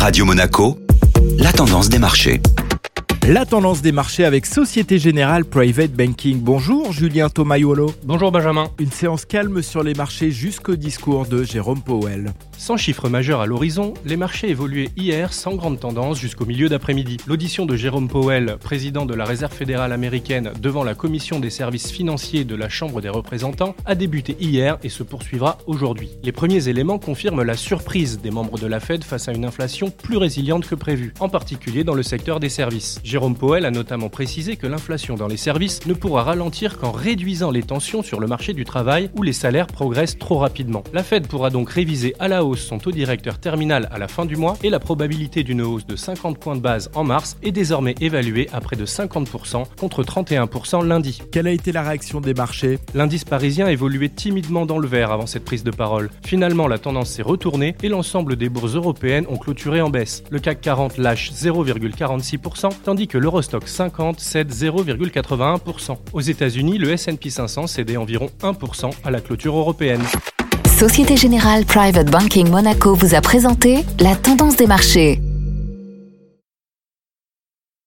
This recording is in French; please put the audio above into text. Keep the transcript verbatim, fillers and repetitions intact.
Radio Monaco, la tendance des marchés. La tendance des marchés avec Société Générale Private Banking. Bonjour Julien Tomayolo. Bonjour Benjamin. Une séance calme sur les marchés jusqu'au discours de Jérôme Powell. Sans chiffre majeur à l'horizon, les marchés évoluaient hier sans grande tendance jusqu'au milieu d'après-midi. L'audition de Jérôme Powell, président de la Réserve fédérale américaine, devant la Commission des services financiers de la Chambre des représentants, a débuté hier et se poursuivra aujourd'hui. Les premiers éléments confirment la surprise des membres de la Fed face à une inflation plus résiliente que prévu, en particulier dans le secteur des services. Jérôme Powell a notamment précisé que l'inflation dans les services ne pourra ralentir qu'en réduisant les tensions sur le marché du travail où les salaires progressent trop rapidement. La Fed pourra donc réviser à la hausse son taux directeur terminal à la fin du mois et la probabilité d'une hausse de cinquante points de base en mars est désormais évaluée à près de cinquante pour cent contre trente et un pour cent lundi. Quelle a été la réaction des marchés ? L'indice parisien évoluait timidement dans le vert avant cette prise de parole. Finalement, la tendance s'est retournée et l'ensemble des bourses européennes ont clôturé en baisse. Le C A C quarante lâche zéro virgule quarante-six pour cent tandis que l'Eurostoxx cinquante cède zéro virgule quatre-vingt-un pour cent. Aux États-Unis, le S and P cinq cents cédait environ un pour cent à la clôture européenne. Société Générale Private Banking Monaco vous a présenté la tendance des marchés.